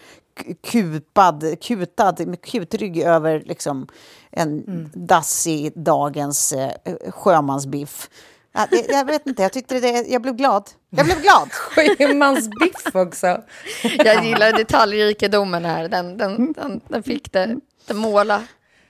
kupad, kutad med kutrygg över liksom en mm. dassig dagens eh, sjömansbiff. Ja, det, jag vet inte, jag tyckte det, jag blev glad. Jag blev glad. Sjömansbiff också. Jag gillar detaljrikedomen här. Den, den, den, den fick det, det måla.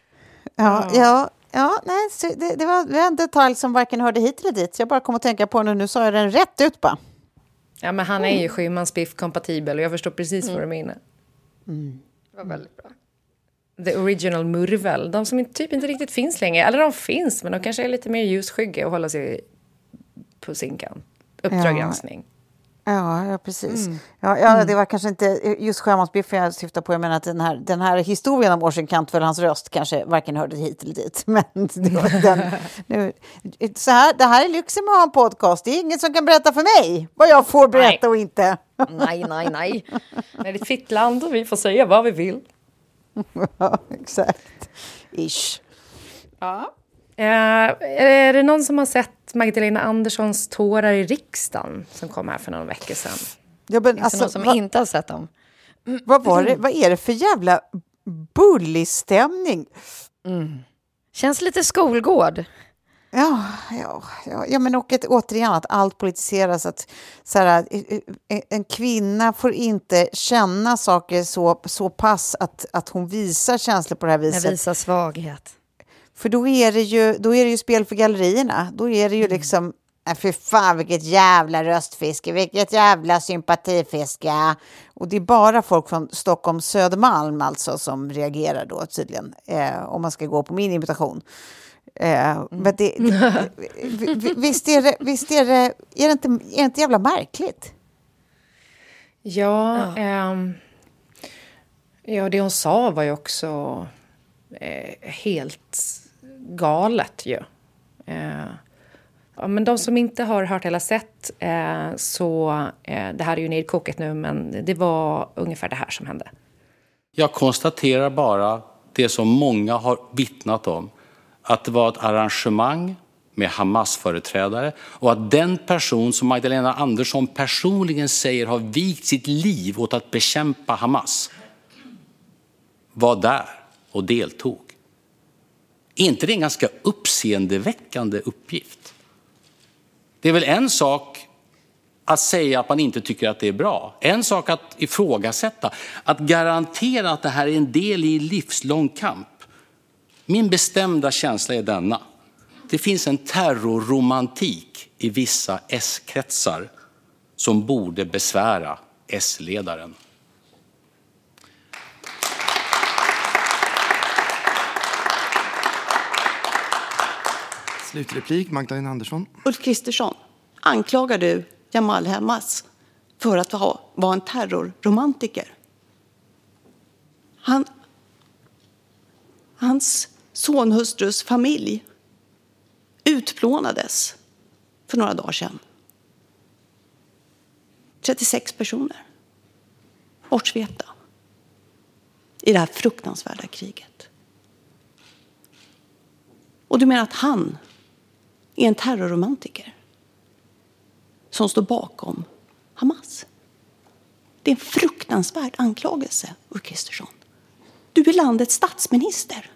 Ja, ja, ja nej, så det, det, var, det var en detalj som varken hörde hit eller dit. Jag bara kom att tänka på den och nu sa jag den rätt ut bara. Ja, men han är ju sjömansbiff-kompatibel och jag förstår precis mm. vad du menar. Mm. Det var väldigt bra. The original Murvel. De som typ inte riktigt finns längre. Eller de finns, men de kanske är lite mer ljusskygga och håller sig på sin kant. Uppdraggranskning. Ja. Ja, ja, precis. Mm. Ja, ja, det var kanske inte just sjömansbiffen jag syftar på. Jag menar att den här, den här historien om Oisin Cantwell, hans röst kanske varken hörde hit eller dit. Men det var den, nu, så här, det här är lyxen med att ha en podcast. Det är ingen som kan berätta för mig vad jag får berätta nej. och inte. Nej, nej, nej. Det är ett fitt land och vi får säga vad vi vill. Ja, exakt. Ish. Ja. Uh, är det någon som har sett Magdalena Anderssons tårar i riksdagen som kom här för några veckor sedan? Ja, men alltså, någon som va, inte har sett dem. Vad var det? Vad är det för jävla bullig stämning? Mm. Känns lite skolgård. Ja, ja, ja, ja, men och ett, återigen att allt politiseras, att så här, en kvinna får inte känna saker så, så pass att, att hon visar känslor på det här viset. Jag visar svaghet. För då är det ju, då är det ju spel för gallerierna. Då är det ju mm. liksom, äh, för fan vilket jävla röstfiske, vilket jävla sympatifiske. Och det är bara folk från Stockholm Södermalm alltså som reagerar då tydligen, eh, om man ska gå på min invitation. Eh, mm. Men det, det, visst är det, visst är det, är det inte, är det inte jävla märkligt? Ja, ja. Eh, ja, det hon sa var ju också eh, helt galet ju. Eh, ja, men de som inte har hört eller sett eh, så, eh, det här är ju nedkokat nu, men det var ungefär det här som hände. Jag konstaterar bara det som många har vittnat om, att det var ett arrangemang med Hamas-företrädare och att den person som Magdalena Andersson personligen säger har vikt sitt liv åt att bekämpa Hamas var där och deltog. Är inte det en ganska uppseendeväckande uppgift? Det är väl en sak att säga att man inte tycker att det är bra. En sak att ifrågasätta, att garantera att det här är en del i en livslång kamp. Min bestämda känsla är denna. Det finns en terrorromantik i vissa S-kretsar som borde besvära S-ledaren. Slutreplik, Magdalena Andersson. Ulf Kristersson, anklagar du Jamal Hamas för att ha, vara en terrorromantiker? Han, hans sonhustrus familj utplånades för några dagar sedan. trettiosex personer bortsvepta i det här fruktansvärda kriget. Och du menar att han är en terrorromantiker som står bakom Hamas? Det är en fruktansvärd anklagelse, Ulf Kristersson. Du är landets statsminister.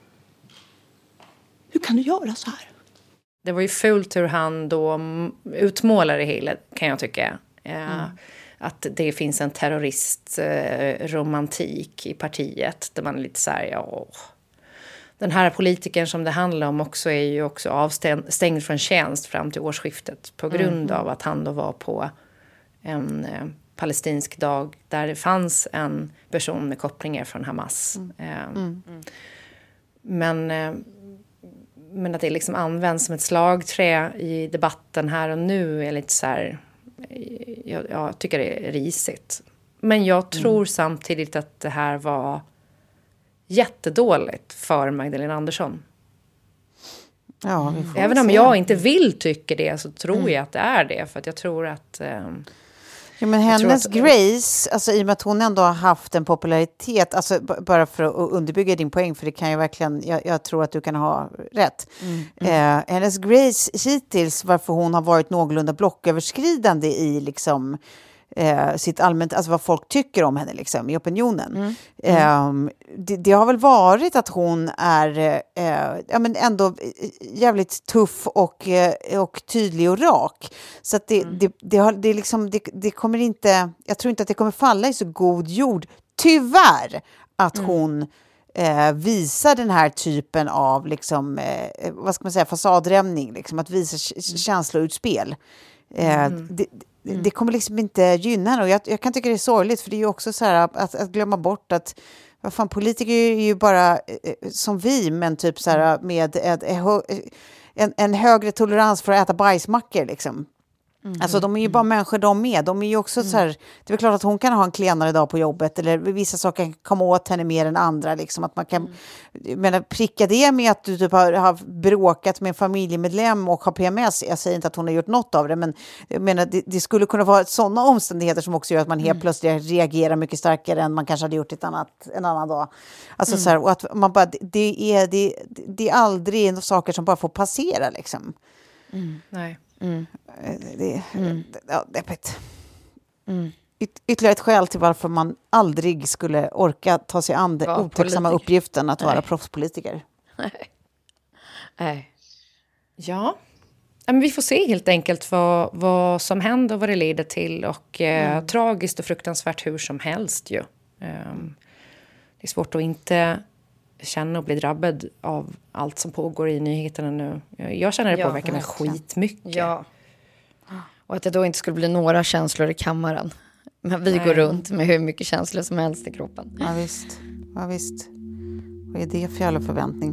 Hur kan du göra så här? Det var ju fult hur han då utmålar det hela, kan jag tycka. Mm. Att det finns en terroristromantik i partiet där man är lite så här, ja... Den här politikern som det handlar om också är ju också avstängd från tjänst fram till årsskiftet på grund mm. av att han då var på en eh, palestinsk dag där det fanns en person med kopplingar från Hamas. Mm. Eh, mm. Men, eh, men att det liksom används som ett slagträ i debatten här och nu är lite så här, jag, jag tycker det är risigt. Men jag tror mm. samtidigt att det här var jättedåligt för Magdalena Andersson. Ja, även om jag inte vill tycka det så tror mm. jag att det är det. För att jag tror att... Um, ja, men hennes att, Grace, alltså, i och med att hon ändå har haft en popularitet, alltså, b- bara för att underbygga din poäng, för det kan ju verkligen, jag, jag tror att du kan ha rätt. Mm. Mm. Eh, hennes Grace hittills, varför hon har varit någorlunda blocköverskridande i liksom... Eh, sitt allmänt, alltså vad folk tycker om henne liksom, i opinionen. Mm. Mm. Eh, det, det har väl varit att hon är eh, ja, men ändå jävligt tuff och, eh, och tydlig och rak. Så att det, mm. det, det, har, det, liksom, det, det kommer inte, jag tror inte att det kommer falla i så god jord, tyvärr, att mm. hon eh, visar den här typen av liksom, eh, vad ska man säga, fasadrämning, liksom, att visa mm. känsloutspel. Eh, mm. det, Mm. Det kommer liksom inte gynna henne. Och jag, jag kan tycka det är sorgligt, för det är ju också så här att, att glömma bort att vad fan, politiker är ju bara eh, som vi, men typ så här med ett, en, en högre tolerans för att äta bajsmackor liksom. Mm. Alltså de är ju mm. bara människor de med. De är ju också mm. så här, det är väl klart att hon kan ha en klenare dag på jobbet, eller vissa saker kan komma åt henne mer än andra liksom, att man kan mm. menar, pricka det med att du typ har, har bråkat med en familjemedlem och har P M S. Jag säger inte att hon har gjort något av det, men jag menar, det, det skulle kunna vara sådana omständigheter som också gör att man helt mm. plötsligt reagerar mycket starkare än man kanske hade gjort ett annat, en annan dag. Alltså mm. så här, och att man bara, det är, det, det är aldrig saker som bara får passera liksom. Mm. Nej. Mm. Det, mm. ja, deppigt. Mm. Yt- ytterligare ett skäl till varför man aldrig skulle orka ta sig an den otacksamma uppgiften att Nej. vara proffspolitiker. Nej. Nej. Ja. Men vi får se helt enkelt vad, vad som händer och vad det leder till. Och eh, mm. tragiskt och fruktansvärt hur som helst ju. Um, det är svårt att inte känna och bli drabbad av allt som pågår i nyheterna nu. Jag känner det ja, påverkar mig skitmycket. Ja. Och att det då inte skulle bli några känslor i kammaren. Men vi Nej. går runt med hur mycket känslor som helst i kroppen. Ja visst. Ja visst. Vad är det för jävla förväntning?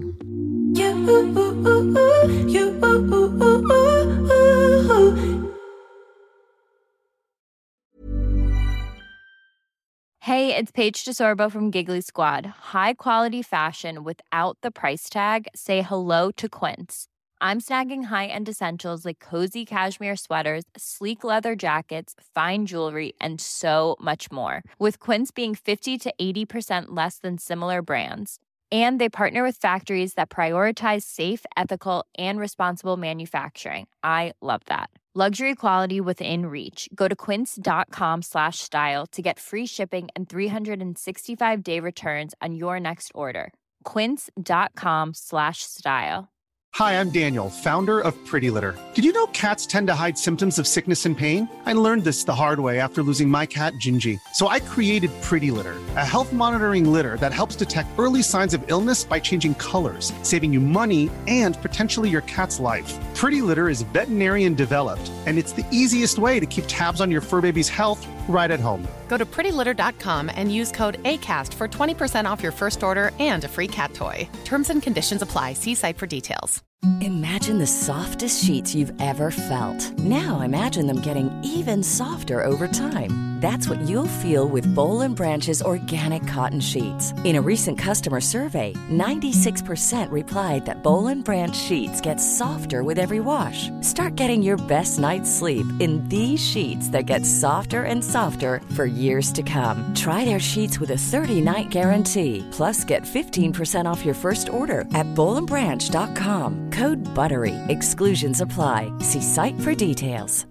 Hey, it's Paige DeSorbo from Giggly Squad. High quality fashion without the price tag. Say hello to Quince. I'm snagging high-end essentials like cozy cashmere sweaters, sleek leather jackets, fine jewelry, and so much more. With Quince being fifty to eighty percent less than similar brands. And they partner with factories that prioritize safe, ethical, and responsible manufacturing. I love that. Luxury quality within reach. Go to quince.com slash style to get free shipping and three sixty-five day returns on your next order. Quince.com slash style. Hi, I'm Daniel, founder of Pretty Litter. Did you know cats tend to hide symptoms of sickness and pain? I learned this the hard way after losing my cat, Gingy. So I created Pretty Litter, a health monitoring litter that helps detect early signs of illness by changing colors, saving you money and potentially your cat's life. Pretty Litter is veterinarian developed, and it's the easiest way to keep tabs on your fur baby's health right at home. Go to pretty litter dot com and use code ACAST for twenty percent off your first order and a free cat toy. Terms and conditions apply. See site for details. Imagine the softest sheets you've ever felt. Now imagine them getting even softer over time. That's what you'll feel with Boll and Branch's organic cotton sheets. In a recent customer survey, ninety-six percent replied that Boll and Branch sheets get softer with every wash. Start getting your best night's sleep in these sheets that get softer and softer for years to come. Try their sheets with a thirty-night guarantee. Plus, get fifteen percent off your first order at boll and branch dot com. Code BUTTERY. Exclusions apply. See site for details.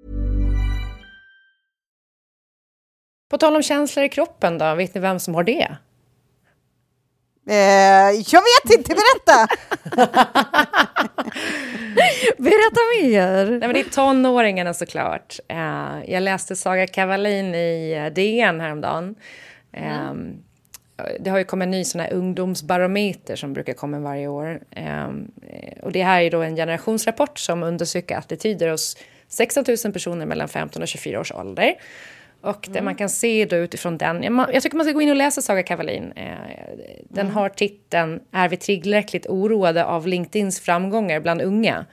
På tal om känslor i kroppen då, vet ni vem som har det? Eh, jag vet inte, berätta! Berätta mer! Nej, men det är tonåringarna såklart. Eh, jag läste Saga Kavalin i D N häromdagen. Eh, mm. Det har ju kommit en ny sån här ungdomsbarometer som brukar komma varje år. Eh, och det här är då en generationsrapport som undersöker attityder hos sexton tusen personer mellan femton och tjugofyra års ålder. Och det mm. man kan se då utifrån den... Jag tycker man ska gå in och läsa Saga Kavalin. Den mm. har titeln Är vi tillräckligt oroade av LinkedIns framgångar bland unga?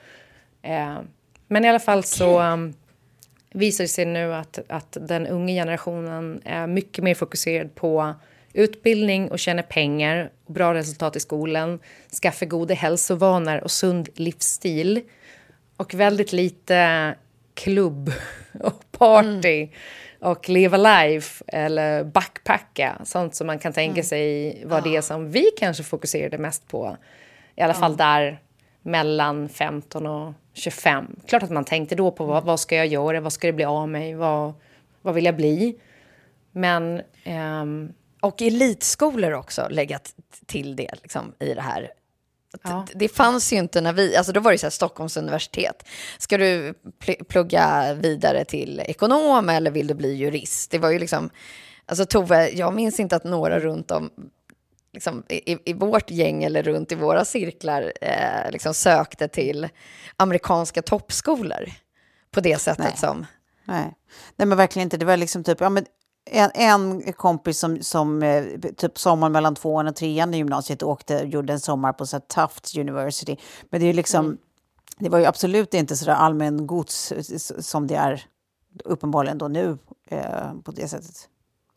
Men i alla fall så um, visar det sig nu att, att den unga generationen är mycket mer fokuserad på utbildning och tjäna pengar, bra resultat i skolan, skaffa goda hälsovanor och sund livsstil. Och väldigt lite klubb och party. Mm. Och leva life eller backpacka. Sånt som man kan tänka mm. sig var det som vi kanske fokuserade mest på. I alla fall mm. där mellan femton och tjugofem. Klart att man tänkte då på vad, vad ska jag göra? Vad ska det bli av mig? Vad, vad vill jag bli? Men... Ehm, och elitskolor också lägga till det liksom, i det här. Ja. Det fanns ju inte när vi, alltså då var det så här Stockholms universitet. Ska du pl- plugga vidare till ekonom eller vill du bli jurist? Det var ju liksom, alltså Tove, jag minns inte att några runt om, liksom i, i vårt gäng eller runt i våra cirklar eh, liksom sökte till amerikanska toppskolor på det sättet. Nej. som... Nej. Nej, men verkligen inte. Det var liksom typ, ja men En, en kompis som, som typ sommaren mellan tvåan och trean i gymnasiet åkte gjorde en sommar på så här Tufts University. Men det är ju liksom, mm. det var ju absolut inte så där allmän gods som det är uppenbarligen då nu eh, på det sättet.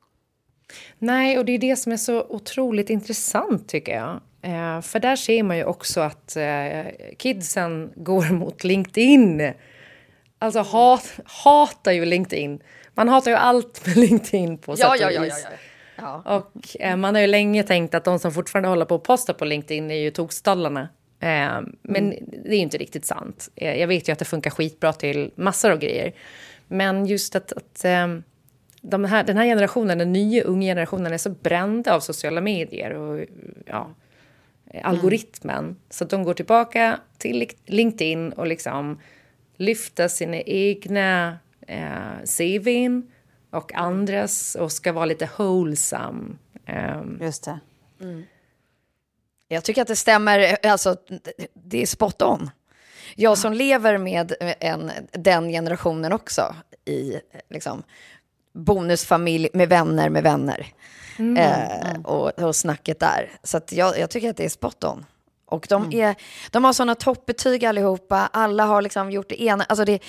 Nej, och det är det som är så otroligt intressant tycker jag. Eh, för där ser man ju också att eh, kidsen går mot LinkedIn. Alltså hat, hatar ju LinkedIn. Man hatar ju allt med LinkedIn på sätt ja, och ja, vis. ja, ja, ja. Och eh, man har ju länge tänkt att de som fortfarande håller på att posta på LinkedIn är ju tokstallarna. Eh, men mm. det är ju inte riktigt sant. Eh, jag vet ju att det funkar skitbra till massor av grejer. Men just att, att eh, de här, den här generationen, den nya unga generationen är så brända av sociala medier och ja, algoritmen. Mm. Så att de går tillbaka till LinkedIn och liksom lyfter sina egna eh, C V:n och andras och ska vara lite wholesome. Um. Just det. Mm. Jag tycker att det stämmer, alltså det är spot on. Jag som lever med en, den generationen också i liksom bonusfamilj med vänner med vänner mm. eh, och, och snacket där. Så att jag, jag tycker att det är spot on. Och de, mm. är, de har sådana toppbetyg allihopa. Alla har liksom gjort det ena. Alltså det,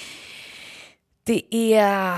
det är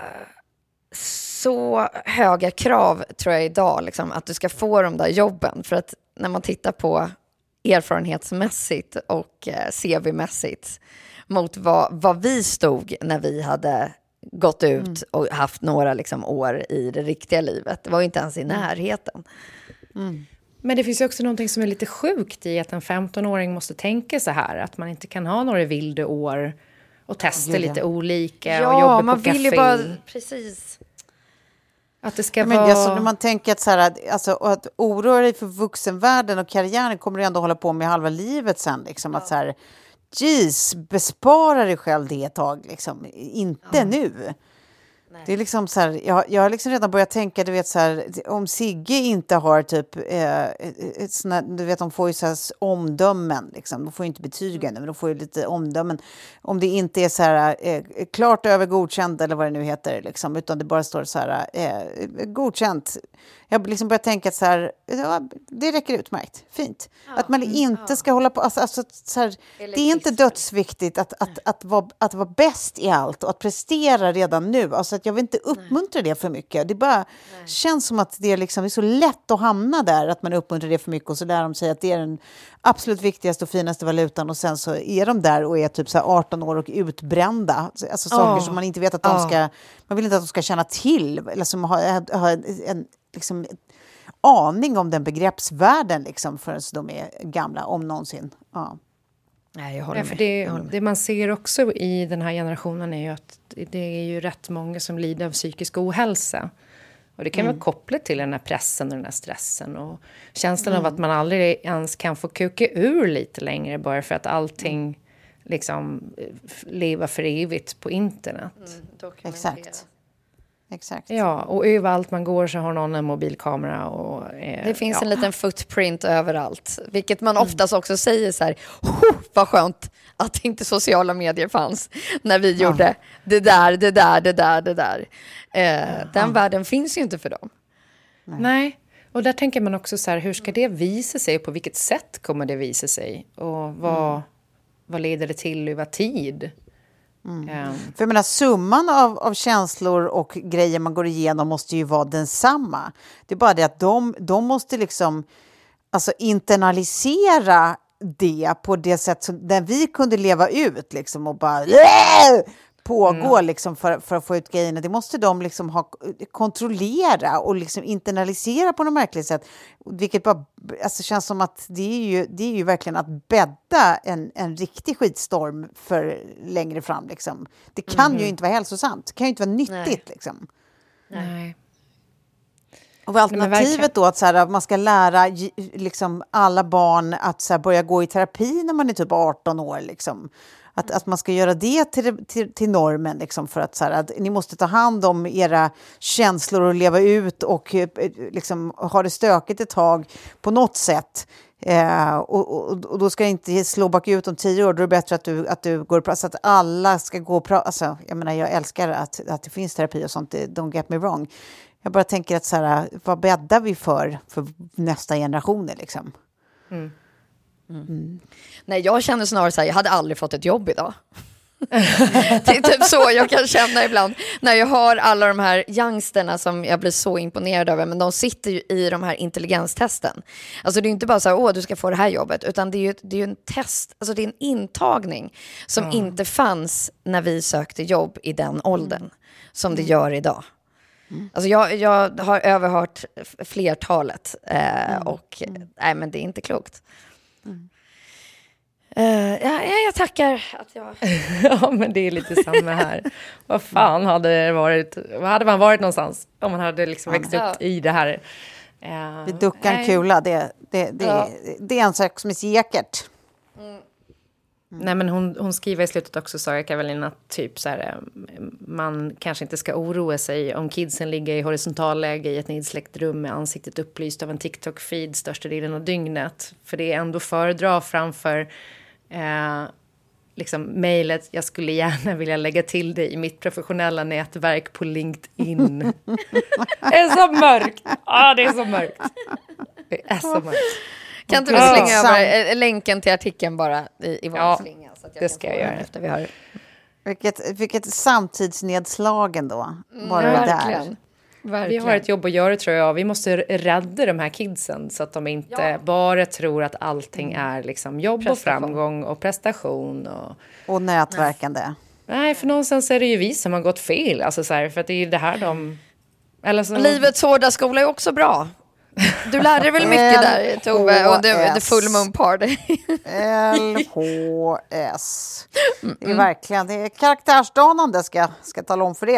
så höga krav tror jag idag. Liksom, att du ska få de där jobben. För att när man tittar på erfarenhetsmässigt och eh, C V-mässigt mot vad, vad vi stod när vi hade gått ut mm. och haft några liksom, år i det riktiga livet. Det var ju inte ens i närheten. Mm. Men det finns ju också någonting som är lite sjukt i att en femton-åring måste tänka så här. Att man inte kan ha några vilda år och testa ja, lite olika ja, och jobba man på café. Vill ju bara, precis. Att det ska ja, men vara... alltså, när man tänker att, så här, alltså, att oroa dig för vuxenvärlden och karriären kommer du ändå hålla på med halva livet sen. Liksom, ja. Att så här, geez, bespara dig själv det ett tag. Liksom. Inte ja. nu. Nej. Det är liksom så här, jag, jag har liksom redan börjat tänka, du vet så här, om Sigge inte har typ, eh, såna, du vet de får ju så här omdömen liksom, de får ju inte betygen, men de får ju lite omdömen. Om det inte är så här eh, klart över godkänt eller vad det nu heter liksom, utan det bara står så här eh, godkänt. Jag har liksom börjat tänka att så här, ja, det räcker utmärkt, fint. Ja, att man inte ja. ska hålla på, alltså, alltså, så här, det är inte dödsviktigt att, att, att, vara, att vara bäst i allt och att prestera redan nu. Alltså att jag vill inte uppmuntra Nej. det för mycket. Det bara Nej. känns som att det är, liksom, det är så lätt att hamna där, att man uppmuntrar det för mycket och så lär de sig att det är den absolut viktigaste och finaste valutan och sen så är de där och är typ så här arton år och utbrända. Alltså saker oh. som man inte vet att de oh. ska, man vill inte att de ska känna till eller som har, har en, en liksom aning om den begreppsvärlden liksom förrän de är gamla, om någonsin. Ja. Nej, jag håller ja, för det, jag håller med. Det man ser också i den här generationen är ju att det är ju rätt många som lider av psykisk ohälsa. Och det kan mm. vara kopplat till den här pressen och den här stressen och känslan mm. av att man aldrig ens kan få kuka ur lite längre bara för att allting liksom lever för evigt på internet. Mm, Exakt. Exakt. Ja, och överallt man går så har någon en mobilkamera. Och, eh, det finns ja. en liten footprint överallt. Vilket man oftast också säger så här, vad skönt att inte sociala medier fanns när vi ja. gjorde det där, det där, det där, det där. Eh, ja. Den världen finns ju inte för dem. Nej. Nej, och där tänker man också så här, hur ska det visa sig? På vilket sätt kommer det visa sig? Och vad, mm. vad leder det till över tid? Mm. Mm. För jag menar, summan av, av känslor och grejer man går igenom måste ju vara densamma. Det är bara det att de, de måste liksom alltså internalisera det på det sätt som där vi kunde leva ut liksom och bara pågå mm. liksom för, för att få ut grejerna. Det måste de liksom ha, kontrollera och liksom internalisera på något märkligt sätt. Vilket bara alltså, känns som att det är ju, det är ju verkligen att bädda en, en riktig skitstorm för längre fram. Liksom. Det kan mm. ju inte vara hälsosamt. Det kan ju inte vara nyttigt. Nej. Liksom. Nej. Och alternativet då att så här, man ska lära liksom, alla barn att så här, börja gå i terapi när man är typ arton år. Liksom. Att, att man ska göra det till, till, till normen liksom, för att, så här, att ni måste ta hand om era känslor och leva ut och liksom, ha det stökigt ett tag på något sätt. Eh, och, och, och då ska jag inte slå bakut om tio år. Då är det bättre att du, att du går och pratar. Så att alla ska gå och prata. Alltså, jag menar, jag älskar att, att det finns terapi och sånt. Don't get me wrong. Jag bara tänker att så här, vad bäddar vi för för nästa generationer liksom? Mm. Mm. Mm. Nej, jag känner snarare så här, jag hade aldrig fått ett jobb idag. Det är typ så jag kan känna ibland när jag hör alla de här youngsterna som jag blir så imponerad över, men de sitter ju i de här intelligenstesten. Alltså det är ju inte bara så här, åh du ska få det här jobbet, utan det är ju, det är ju en test, alltså det är en intagning som mm. inte fanns när vi sökte jobb i den åldern mm. som det gör idag. Mm. Alltså jag, jag har överhört flertalet eh, mm. och mm. nej men det är inte klokt. Mm. Uh, ja, jag tackar att jag... Ja, men det är lite samma här. Vad fan hade det varit? Vad hade man varit någonstans om man hade liksom växt ja. upp i det här? Uh, vi duckar en kula. Det, det, det, ja. det är en sak som är säkert. Mm. Mm. Nej, men hon, hon skriver i slutet också, sa Evelina, typ så här, man kanske inte ska oroa sig om kidsen ligger i horisontalläge i ett nedsläckt rum med ansiktet upplyst av en TikTok-feed största delen av dygnet. För det är ändå föredra framför eh, liksom mejlet, jag skulle gärna vilja lägga till dig i mitt professionella nätverk på LinkedIn. Det är så mörkt. Ja, ah, det är så mörkt. Det är så mörkt. Kan inte du slänga ja, över länken till artikeln bara i, i vår ja, slinga? Så att jag det kan ska jag göra. Efter vi har... vilket, vilket samtidsnedslagen då. Bara mm, där. Verkligen. Verkligen. Vi har ett jobb att göra, tror jag. Vi måste rädda de här kidsen så att de inte ja. bara tror att allting är liksom jobb prestation. och framgång och prestation. Och, och nätverkande. Nej, för någonstans är det ju vi som har gått fel. Alltså så här, för att det är ju det här de... Eller så... Livets hårda skola är också bra. Du lärde dig väl mycket där, Tove, under the full moon party. L H S. Det är verkligen, det är karaktärsdanande ska, ska tala om för er.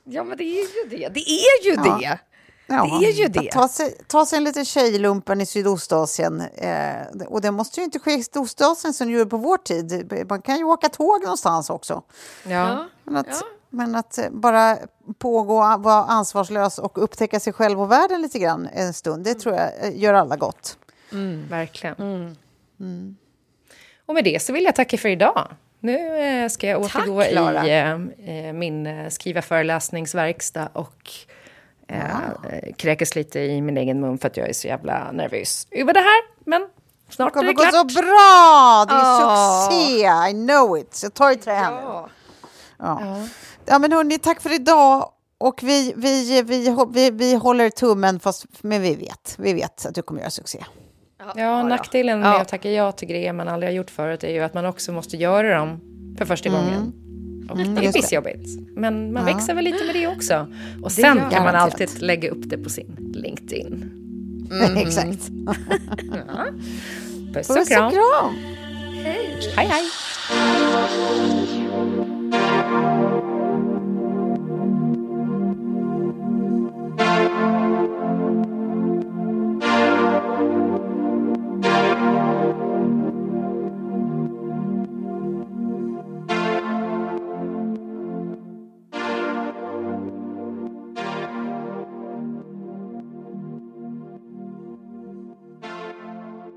Ja, men det är ju det. Det är ju ja. det. Ja, det är ju det. Ta sig, ta sig en liten tjejlumpen i Sydostasien. Eh, och det måste ju inte ske i Sydostasien som gör på vår tid. Man kan ju åka tåg någonstans också. Ja. Men att, ja. men att bara pågå, vara ansvarslös och upptäcka sig själv och världen lite grann en stund, det tror jag gör alla gott. Mm, verkligen. Mm. Mm. Och med det så vill jag tacka för idag. Nu eh, ska jag återgå Tack, i eh, min eh, skriva föreläsningsverkstad och eh, wow. kräkas lite i min egen mun för att jag är så jävla nervös över det här. Men snart det är det klart. Det går så bra! Det är oh. succé! I know it. Så ta i trä här ja. Ja. Ja. ja, men hörni, tack för idag. Och vi, vi, vi, vi, vi håller tummen, fast, men vi vet. Vi vet att du kommer göra succé. Ja, ja, nackdelen med ja. att tacka ja till grejer man aldrig har gjort förut är ju att man också måste göra dem för första mm. gången. Och mm, det är pissjobbigt. Men man ja. växer väl lite med det också. Och sen kan man alltid lägga upp det på sin LinkedIn. Mm. Exakt. ja. Puss och kram. Puss och kram. Hej. Hej, hej.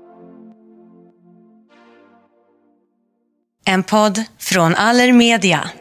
En podd från Allermedia.